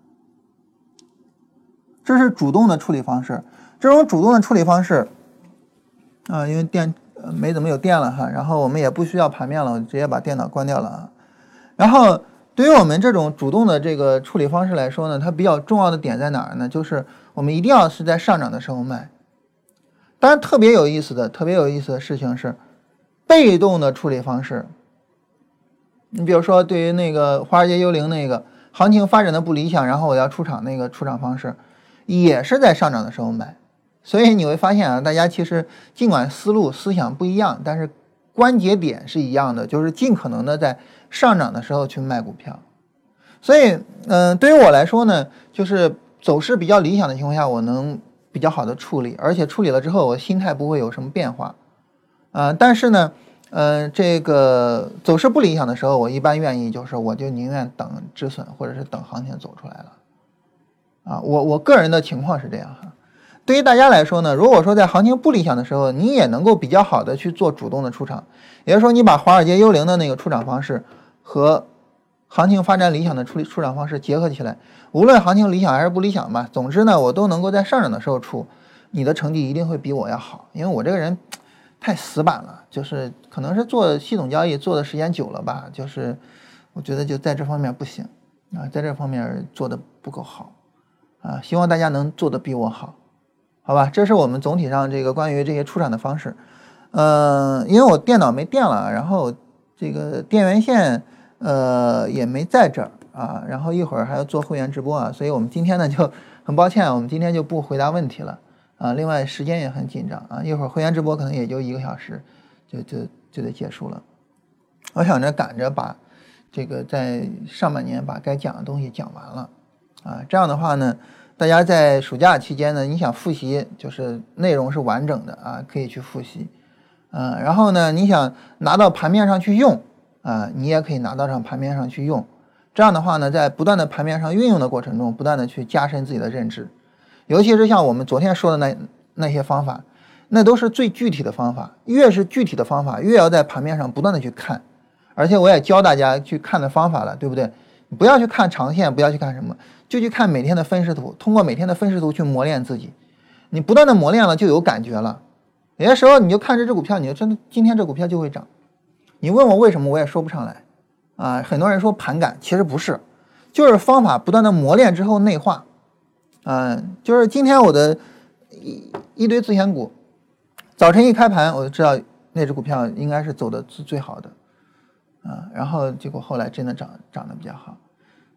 B: 这是主动的处理方式。这种主动的处理方式啊，因为电没怎么有电了哈，然后我们也不需要盘面了，我直接把电脑关掉了啊。然后对于我们这种主动的这个处理方式来说呢，它比较重要的点在哪儿呢？就是我们一定要是在上涨的时候卖。当然特别有意思的特别有意思的事情是被动的处理方式。你比如说对于那个华尔街幽灵那个行情发展的不理想，然后我要出场那个出场方式也是在上涨的时候买。所以你会发现啊，大家其实尽管思路思想不一样，但是关节点是一样的，就是尽可能的在上涨的时候去卖股票。所以嗯、呃，对于我来说呢，就是走势比较理想的情况下，我能比较好的处理，而且处理了之后我心态不会有什么变化啊、呃。但是呢呃，这个走势不理想的时候，我一般愿意就是我就宁愿等止损，或者是等行情走出来了啊。我我个人的情况是这样哈。对于大家来说呢，如果说在行情不理想的时候，你也能够比较好的去做主动的出场，也就是说你把华尔街幽灵的那个出场方式和行情发展理想的出出场方式结合起来，无论行情理想还是不理想吧，总之呢我都能够在上涨的时候出，你的成绩一定会比我要好。因为我这个人太死板了，就是可能是做系统交易做的时间久了吧，就是我觉得就在这方面不行啊，在这方面做的不够好啊，希望大家能做的比我好，好吧？这是我们总体上这个关于这些出场的方式。嗯、呃，因为我电脑没电了，然后这个电源线呃也没在这儿啊，然后一会儿还要做会员直播啊，所以我们今天呢就很抱歉，我们今天就不回答问题了啊。另外时间也很紧张啊，一会儿会员直播可能也就一个小时就就就得结束了。我想着赶着把这个在上半年把该讲的东西讲完了啊，这样的话呢，大家在暑假期间呢，你想复习就是内容是完整的啊，可以去复习。嗯，然后呢，你想拿到盘面上去用啊，你也可以拿到上盘面上去用。这样的话呢，在不断的盘面上运用的过程中，不断的去加深自己的认知。尤其是像我们昨天说的那那些方法，那都是最具体的方法。越是具体的方法，越要在盘面上不断的去看。而且我也教大家去看的方法了，对不对？你不要去看长线，不要去看什么，就去看每天的分时图，通过每天的分时图去磨练自己。你不断的磨练了，就有感觉了。有些时候你就看这只股票，你就真的今天这股票就会涨。你问我为什么，我也说不上来啊。很多人说盘感，其实不是，就是方法不断的磨练之后内化。嗯，就是今天我的一一堆自选股，早晨一开盘我就知道那只股票应该是走的最好的啊，然后结果后来真的涨涨得比较好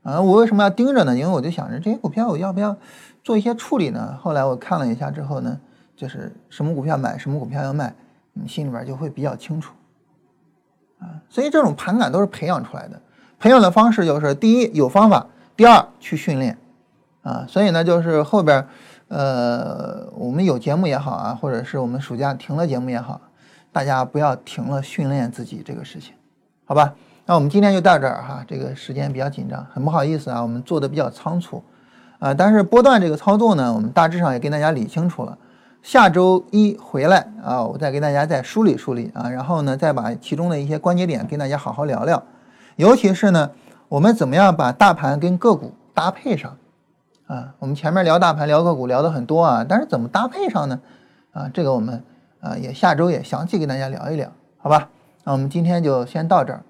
B: 啊，我为什么要盯着呢？因为我就想着这些股票我要不要做一些处理呢？后来我看了一下之后呢，就是什么股票买，什么股票要卖，你心里边就会比较清楚啊。所以这种盘感都是培养出来的，培养的方式就是第一有方法，第二去训练啊。所以呢，就是后边呃我们有节目也好啊，或者是我们暑假停了节目也好，大家不要停了训练自己这个事情，好吧？那我们今天就到这儿哈，这个时间比较紧张，很不好意思啊，我们做的比较仓促，啊、呃，但是波段这个操作呢，我们大致上也跟大家理清楚了。下周一回来啊，我再给大家再梳理梳理啊，然后呢，再把其中的一些关节点跟大家好好聊聊，尤其是呢，我们怎么样把大盘跟个股搭配上啊？我们前面聊大盘聊个股聊的很多啊，但是怎么搭配上呢？啊，这个我们啊也下周也详细跟大家聊一聊，好吧？那我们今天就先到这儿。